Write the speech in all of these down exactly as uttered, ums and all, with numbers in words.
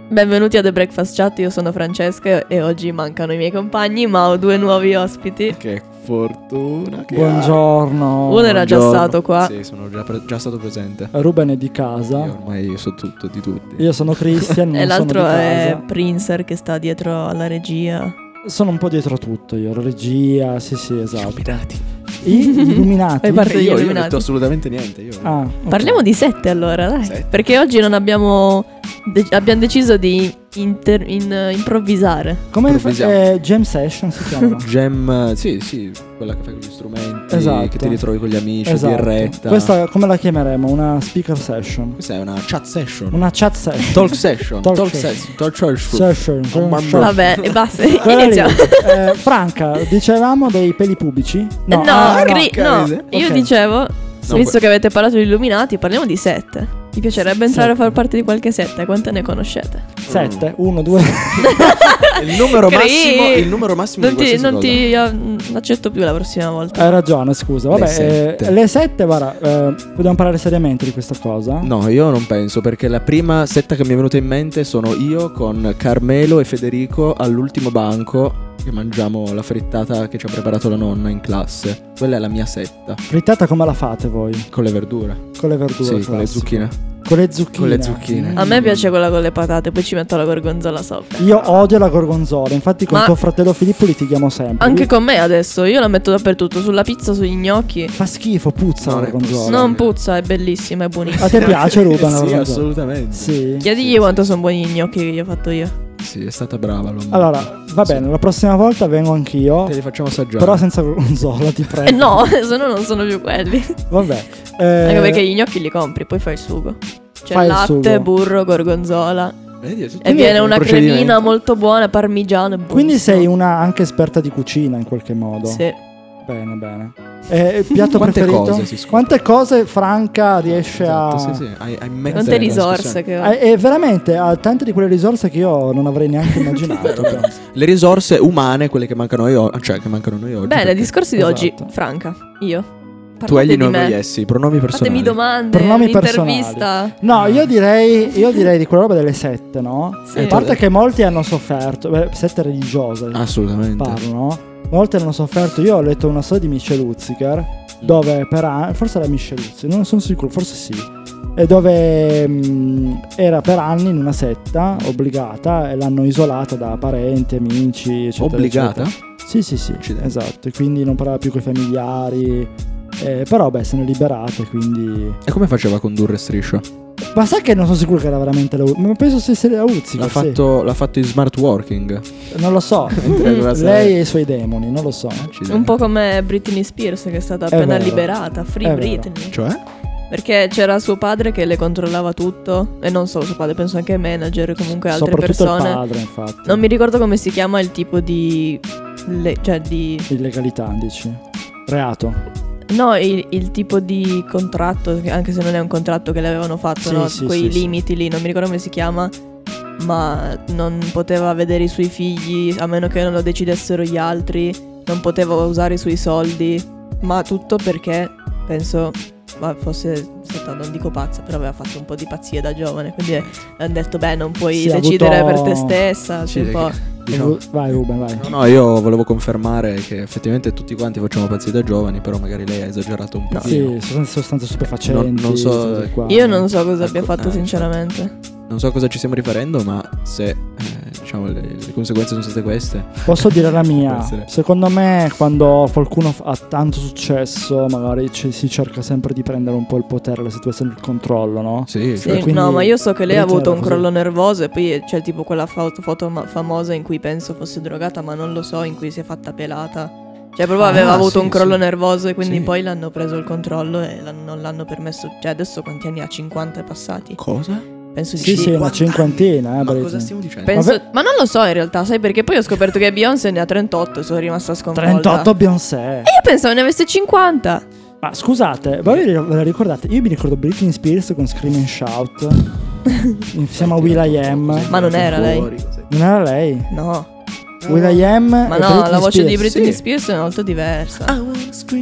Benvenuti a The Breakfast Chat, io sono Francesca e oggi mancano i miei compagni, ma ho due nuovi ospiti. Che fortuna che Buongiorno. Uno era già Buongiorno. stato qua. Sì, sono già, pre- già stato presente. Ruben è di casa. Io ormai so tutto di tutti. Io sono Christian, non E l'altro sono di è casa. Princer che sta dietro alla regia. Sono un po' dietro tutto io, regia, sì sì, esatto. Illuminati. I illuminati. Fai parte Io, degli io non ho illuminati. detto assolutamente niente. Io. Ah, ok. Parliamo di sette allora, dai. Sette. Perché oggi non abbiamo de- abbiamo deciso di inter- in- uh, improvvisare. Come Improvvisiamo. eh, jam session si chiama? Jam, sì, sì, quella che fai con gli strumenti, Esatto. che ti ritrovi con gli amici, Esatto. birretta. Questa come la chiameremo? Una speaker session. Questa è una chat session. Una chat session. Talk session. Talk Talk session. session. Talk session. Session. Oh, mamma. session. Vabbè, e basta. Quella lì. Iniziamo. Eh, Franca, dicevamo dei peli pubici? No, ah, Cri- no, Cavide. io Ok. dicevo, No, visto que- che avete parlato di illuminati, parliamo di sette. Mi piacerebbe entrare Sette. a far parte di qualche sette. Quante ne conoscete? Sette, uno, due. Il numero Cri- massimo, il numero massimo Non di ti, qualsiasi non cosa. ti uh, accetto più la prossima volta. Hai ragione, scusa. Vabbè, Le sette. eh, le sette, guarda, eh, dobbiamo parlare seriamente di questa cosa. No, io non penso, perché la prima setta che mi è venuta in mente sono io con Carmelo e Federico all'ultimo banco che mangiamo la frittata che ci ha preparato la nonna in classe. Quella è la mia setta, Frittata come la fate voi? con le verdure. Con le verdure? Sì, con le classico. zucchine. Con le zucchine. Con le zucchine. Mm. A me piace quella con le patate, poi ci metto la gorgonzola sopra. Io odio la gorgonzola, infatti con Ma- tuo fratello Filippo litighiamo sempre. Anche Lui con me adesso, io la metto dappertutto, sulla pizza, sugli gnocchi. fa schifo, puzza Non la è gorgonzola. possibile. Non puzza, è bellissima, è buonissima. A te piace Ruben la Sì, gorgonzola? assolutamente. Sì. Chiedigli Sì, quanto sì, sono buoni i gnocchi che gli ho fatto io. Sì, è stata brava l'uomo. Allora, va Sì. bene, la prossima volta vengo anch'io, Te li facciamo assaggiare. però senza gorgonzola, ti prego. Eh no, se no non sono più quelli. Vabbè. Eh, Anche perché gli gnocchi li compri, poi fai il sugo. C'è Fai il latte, sugo. burro, gorgonzola. Vedi, è tutto E un viene una procedimento. cremina molto buona, parmigiano e Quindi buonissimo. sei una anche esperta di cucina in qualche modo. Sì. Bene, bene. Eh, piatto Quante preferito? cose si scopre. Quante cose Franca riesce Esatto, a... sì, sì. Hai, hai mettere Quante la risorse discussione. che ho. Eh, E veramente ha tante di quelle risorse che io non avrei neanche immaginato. Le risorse umane, quelle che mancano a noi, cioè che mancano a noi oggi. Bene, perché discorsi di oggi. Esatto. Franca, io. tu Parlate egli di non me. essi, pronomi personali. Fatemi domande, Pronomi un'intervista. No, io direi, io direi di quella roba delle sette, no? Sì. A parte che molti hanno sofferto, beh, sette religiose Assolutamente. parlo, no? Molti hanno sofferto. Io ho letto una storia di Michel Hunziker, dove per anni, forse era Michel Hunziker, non sono sicuro, forse sì. E dove mh, era per anni in una setta obbligata e l'hanno isolata da parenti, amici, eccetera. Obbligata? eccetera. Sì, sì, sì, Accidenti. esatto. E quindi non parlava più con i familiari. Eh, però beh, se ne è liberato, quindi... E come faceva a condurre Striscia? Ma sai che non sono sicuro che era veramente la U- ma penso sia la Uzzi. L'ha fatto, l'ha fatto in smart working. Non lo so. Doveva essere- Lei e i suoi demoni, non lo so. Accidenti. Un po' come Britney Spears che è stata È appena vero. liberata, Free È vero. Britney. Cioè? Perché c'era suo padre che le controllava tutto. E non solo suo padre, penso anche manager, comunque altre Soprattutto persone. il padre, infatti. Non mi ricordo come si chiama il tipo di... le- cioè di... Illegalità, dici. Reato. No, il, il tipo di contratto, che anche se non è un contratto che le avevano fatto, Sì, no? sì, Quei sì, limiti lì, non mi ricordo come si chiama. Ma non poteva vedere i suoi figli a meno che non lo decidessero gli altri. Non poteva usare i suoi soldi. Ma tutto perché penso ma fosse stata, non dico pazza, però aveva fatto un po' di pazzie da giovane. Quindi hanno detto beh, non puoi Sì, ha decidere avuto- per te stessa. Sì, un po'. che- diciamo- Vai Ruben, vai. No, no, io volevo confermare che effettivamente tutti quanti facciamo pazzi da giovani, però magari lei ha esagerato un po'. Sì, sostanze, sostanze stupefacenti. Non- non so- cose qua. Io non so cosa Ecco, abbia fatto eh, sinceramente. Non so a cosa ci stiamo riferendo, ma se eh, diciamo le, le conseguenze sono state queste. Posso dire la mia? Può essere. Secondo me quando qualcuno f- ha tanto successo magari ci- si cerca sempre di prendere un po' il potere, la situazione, il controllo, no? Sì, Sì, cioè, quindi no, ma io so che lei ha Britney avuto era un così. crollo nervoso e poi c'è tipo quella foto, foto ma- famosa in cui penso fosse drogata, ma non lo so, in cui si è fatta pelata. Cioè proprio Ah, aveva avuto sì, un crollo sì. nervoso e quindi Sì. poi l'hanno preso il controllo e l'hanno- non l'hanno permesso. Cioè adesso quanti anni ha? cinquanta passati? cosa? Penso di Sì, sì. sì, una cinquantina, eh, Ma Britney. cosa stiamo dicendo? Penso- Vabbè. ma non lo so in realtà, sai perché poi ho scoperto che Beyoncé ne ha trentotto e sono rimasta sconvolta. trentotto Beyoncé. E io pensavo ne avesse cinquanta. Ma scusate, voi ve la ricordate? Io mi ricordo Britney Spears con Scream and Shout insieme a will.i.am. Ma non era lei. Fuori, cos'è? Non era lei? No. will.i.am Ma e no, Britney la voce di Spears. Britney Sì. Spears è molto diversa. I wanna scream,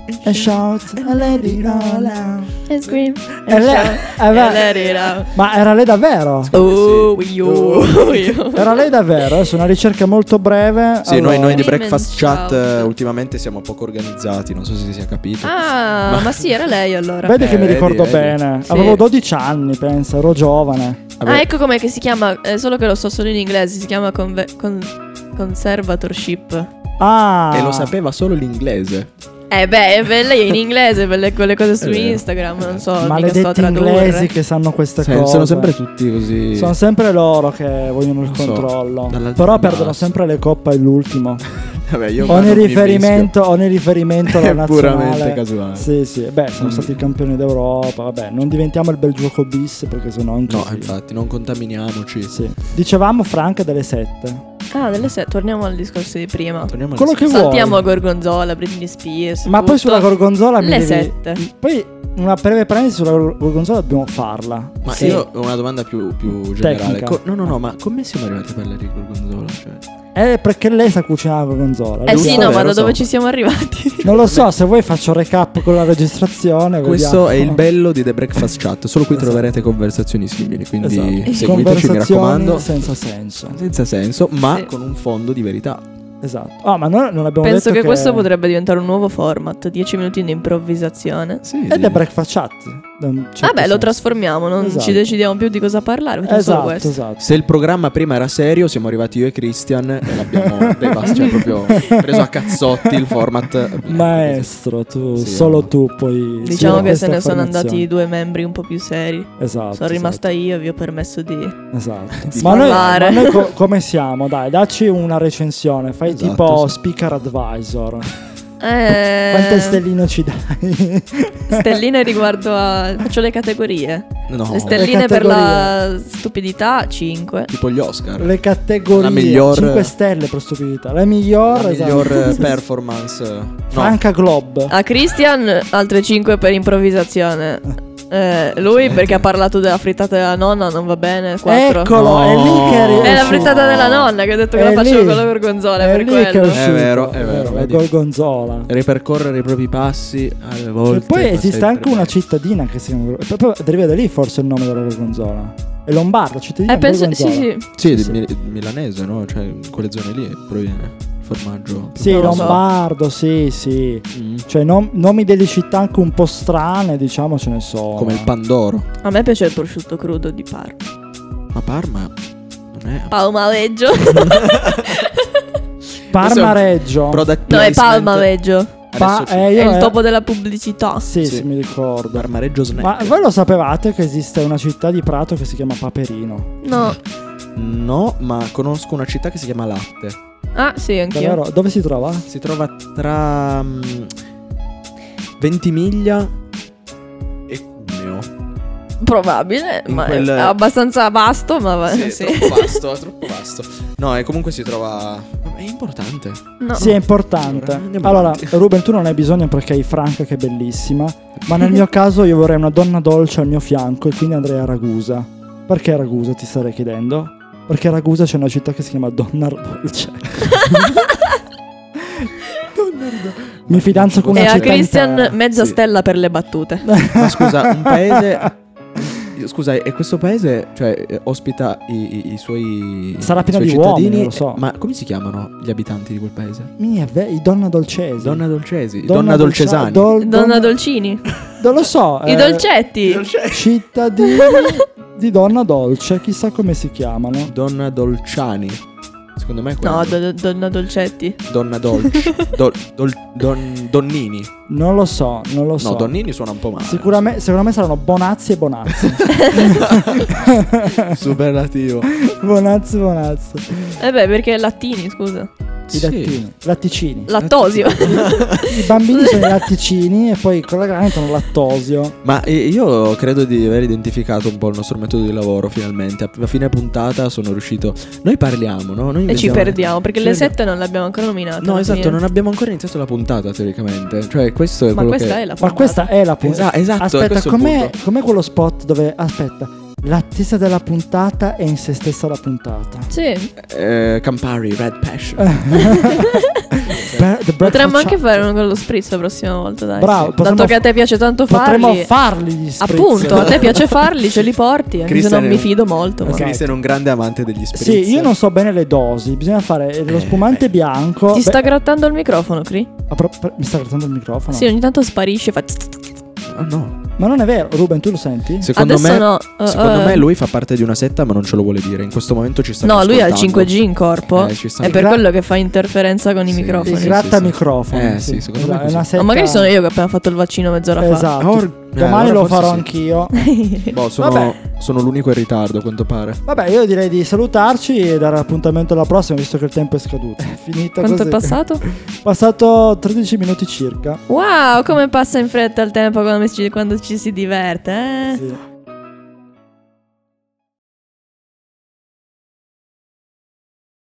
and shout and let it all out. And scream E and lei- shout eh, and beh, let it out. ma era lei davvero? Oh, io, io. Era lei davvero? Adesso una ricerca molto breve. Sì, noi, noi di Scream Breakfast and Chat shout. eh, ultimamente siamo poco organizzati, non so se si sia capito. Ah, ma sì, era lei allora. Vedi che Eh, mi vedi, ricordo vedi. bene. Sì. Avevo dodici anni, penso, ero giovane. Vabbè, Ah, ecco com'è che si chiama, eh, solo che lo so solo in inglese, si chiama conve- con- conservatorship. Ah, e lo sapeva solo l'inglese. Eh beh, eh, beh, lei è in inglese, quelle, quelle cose su È vero. Instagram, non so, mica sto a maledetti tradurre. inglesi che sanno queste Sì, cose. sono sempre tutti così. Sono sempre loro che vogliono il Non so, controllo. dall'alto Però in perdono basso. sempre le coppe all'ultimo. Vabbè, io Ogni non mi riferimento, ogni riferimento alla È nazionale. puramente casuale. Sì, sì. Beh, sono Mm. stati campioni d'Europa. Vabbè, non diventiamo il bel gioco bis perché sennò è un No, casino. infatti, non contaminiamoci. Sì. Dicevamo Franca delle sette. Ah, delle sette, torniamo al discorso di prima. Torniamo Quello alle che Saltiamo vuoi. Gorgonzola, Britney Spears. Ma poi tutto. sulla gorgonzola mi Le devi- sette. Poi una breve parentesi sulla gor- gorgonzola dobbiamo farla. Ma Sì. io ho una domanda più, più generale. Tecnica. Co- no, no, no, ma come siamo arrivati a parlare di gorgonzola? Cioè, Eh, perché lei sa cucinare la gorgonzola. Eh Lui sì, sa- no, vero, ma da so. dove ci siamo arrivati? Non lo so, se vuoi faccio recap con la registrazione. questo vediamo. è il bello di The Breakfast Chat. Solo qui Esatto. troverete conversazioni simili. Quindi Esatto. seguiteci, mi Conversazioni raccomando. senza senso. Senza senso, ma Sì. con un fondo di verità. Esatto. Ah, ma noi non abbiamo Penso detto che, questo potrebbe diventare un nuovo format, dieci minuti di improvvisazione. Sì, Ed sì. è breakfast chat. da un certo Vabbè, lo senso. trasformiamo, non Esatto. ci decidiamo più di cosa parlare, facciamo solo Esatto, questo. esatto. Se il programma prima era serio, siamo arrivati io e Christian e l'abbiamo devast- cioè proprio preso a cazzotti il format. Maestro, tu, Sì, solo no. tu puoi. Diciamo dire che se queste ne sono affermazioni. andati due membri un po' più seri. Esatto. Sono rimasta io e vi ho permesso di... Esatto. esatto. di ma, noi, parlare. ma noi co- come siamo? Dai, dacci una recensione. Fai Esatto, tipo sì. speaker advisor. Eh, Quante stelline ci dai? Stelline riguardo a... Faccio le categorie. No, Le stelline Le per la categorie. stupidità, cinque. tipo gli Oscar. Le categorie. La miglior- cinque stelle per stupidità. La miglior, La esatto. miglior eh, Sì, sì. performance. No, Franca Globe. A Christian altre cinque per improvvisazione. Eh, lui perché ha parlato della frittata della nonna, non va bene, quattro. Eccolo, No. è lì che è È la uscito. frittata della nonna che ha detto che È la facevo lì. con la gorgonzola, È per lì che è quello. uscito. È vero, è vero, La vedi. gorgonzola. ripercorrere i propri passi alle volte. E poi fa esiste sempre anche una bene. cittadina che si chiama proprio deriva da lì forse il nome della gorgonzola. È Lombardo, cittadina Eh, penso, sì, gorgonzola. sì. Sì, Sì, di sì. mi- milanese, no? Cioè, in quelle zone lì proviene il formaggio. più Sì, Non lo so. Lombardo, sì, sì. Mm. Cioè nom- nomi delle città anche un po' strane, diciamo, ce ne sono. Come il Pandoro. A me piace il prosciutto crudo di Parma. Ma Parma non è. Palmaleggio. Parma Reggio. Product No, è placement. Palmaleggio. Pa- Adesso ci- eh, È io il eh, topo della pubblicità. Sì, Sì. sì, mi ricordo. Parmareggio snack. Ma voi lo sapevate che esiste una città di Prato che si chiama Paperino? No. No, ma conosco una città che si chiama Latte. Ah, sì, anch'io. Davvero? Dove si trova? Si trova tra mm, Ventimiglia e Cuneo. Probabile, In ma quel- è abbastanza vasto, ma va, Sì, sì. è troppo vasto, è troppo vasto. No, e comunque si trova. È importante. No. Sì, è importante. Allora, andiamo Allora, avanti. Ruben, tu non hai bisogno perché hai Franca che è bellissima. Ma nel mio caso io vorrei una donna dolce al mio fianco e quindi andrei a Ragusa. Perché Ragusa, ti starei chiedendo? Perché a Ragusa c'è una città che si chiama Donnardolce. Mi fidanzo con E una a città Christian intera. mezza Sì. stella per le battute. Ma scusa, un paese. Scusa, e questo paese, cioè, eh, ospita i, i- i suoi. Sarà i pieno suoi di cittadini. uomini, lo so. Ma come si chiamano gli abitanti di quel paese? Mia, ve- i Donna Dolcesi. Donna Dolcesi, Donna Donna, Dolcia- Dolcesani. Dol- Donna Donna- Dolcini. Non lo so. I eh, dolcetti. Cittadini di Donna Dolce, chissà come si chiamano. Donna Dolciani. Secondo me è quello. No, do- do- Donna Dolcetti. Donna Dolce. Dol- dol- don- Donnini. Non lo so, non lo so. No, Donnini suona un po' male. Sicuramente, secondo me saranno Bonazzi e Bonazzi. Superlativo. Bonazzi e Bonazzi. Eh beh, perché lattini, scusa. I lattini, latticini. Lattosio. I bambini sono i latticini e poi con la grande sono lattosio. Ma eh, io credo di aver identificato un po' il nostro metodo di lavoro finalmente. A fine puntata sono riuscito. Noi parliamo, no? Noi E ci inventiamo- perdiamo perché ci le perdiamo. sette non le abbiamo ancora nominate. No, alla esatto, fine. non abbiamo ancora iniziato la puntata teoricamente. Cioè, questo è Ma quello questa che è la Ma puntata. questa è la puntata. Esa- esatto, Aspetta, questo è il com'è, punto. com'è quello spot dove. Aspetta, l'attesa della puntata è in se stessa la puntata. Sì. Eh, Campari, Red Passion. Be- the Potremmo breakfast anche chat. fare uno con lo spritz la prossima volta, dai. Bravo, Dato potremmo che a te piace tanto Potremmo farli. farli gli spritz. Appunto, a te piace farli, ce li porti, anche se Cristian non è mi un- fido molto. Ma. Esatto. Cristian è un grande amante degli spritz. Sì, io non so bene le dosi. Bisogna fare lo Eh, spumante beh. bianco. Ti Beh, sta grattando il microfono, Cri? ah, pro- per- mi sta grattando il microfono. Sì, ogni tanto sparisce e fa. Ah, no. Ma non è vero, Ruben, tu lo senti? Secondo Adesso me, no. uh, secondo uh, me lui fa parte di una setta, ma non ce lo vuole dire. In questo momento ci sta No, lui ha il ascoltando. cinque G in corpo. Eh, ci sta È per Gra- quello che fa interferenza con i Sì. microfoni. Il sì, gratta sì. microfono. Eh, sì, secondo me Esatto, è è una così. setta- O magari sono io che ho appena fatto il vaccino mezz'ora fa. Esatto. Or- eh, Domani allora lo forse farò sì. anch'io. Boh, sono, Vabbè. sono l'unico in ritardo, a quanto pare. Vabbè, io direi di salutarci e dare appuntamento alla prossima, visto che il tempo è scaduto. È finita Quanto così. è passato? Passato tredici minuti circa. Wow, come passa in fretta il tempo quando ci, quando ci si diverte, eh? Sì.